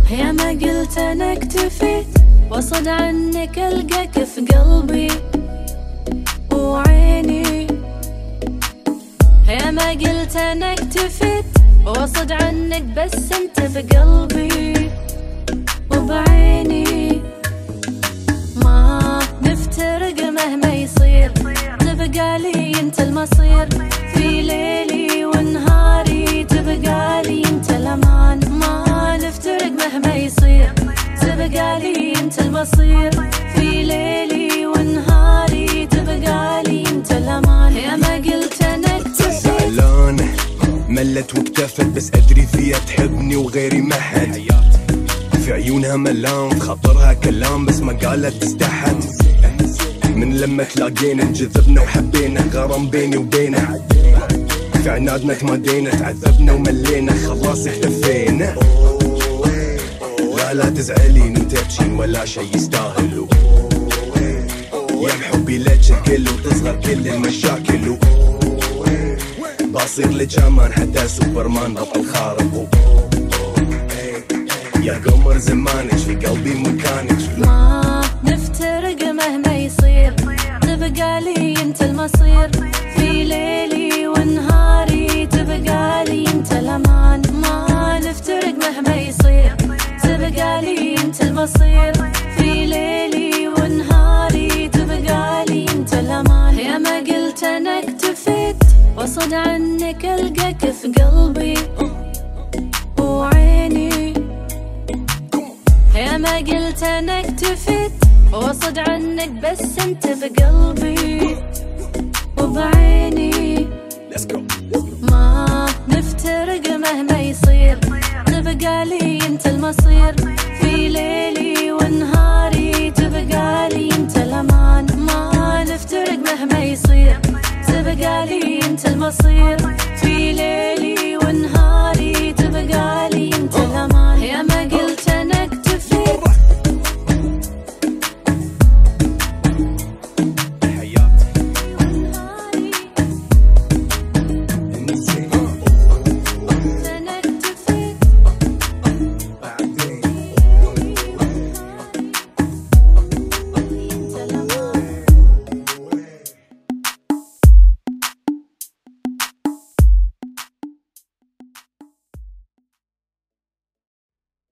يا ما قلت انا اكتفيت واصد عنك القاك في قلبي وعيني. يا ما قلت انا اكتفيت واصد عنك بس انت في قلبي وبعيني. ما نفترق مهما يصير، تبقى لي انت المصير في ليلي ونهاري، تبقى لي انت الامان. ما نفترق مهما يصير، تبقى لي انت المصير في ليلي ونهاري، تبقى لي انت الامان. يا ما قلت انا اكتفيت. زعلانة ملت واكتفت، بس ادري فيها تحبني وغيري ما حد. في عيونها ملام، في خاطرها كلام بس ما قالت استحت. من لما تلاقينا انجذبنا وحبينا، غرام بيني وبينه. في عنادنا تمادينا، تعذبنا وملينا، خلاص اكتفينا. لا تزعلين وتبكين ولا شي يستاهل. يا بحبي لا تشكل وتصغر كل المشاكل. بصير لك امان حتى سوبرمان بطل خارق. يا قمر زمانك في قلبي مكانك. ما نفترق مهما يصير، تبقى لي انت المصير في ليلي ونهاري، تبقى لي انت الامان. ما نفترق مهما يصير، تبقى لي انت المصير في ليلي ونهاري، تبقى لي انت الامان. يا ما قلت انا اكتفيت واصد عنك القاك في قلبي وعيني. يا ما قلت انا اكتفيت واصد عنك بس انت في قلبي وبعيني. ما نفترق مهما يصير، تبقى لي انت المصير في ليلي ونهاري، تبقى لي انت الامان. ما نفترق مهما يصير، تبقى لي انت المصير في ليلي ونهاري، تبقى لي انت الامان.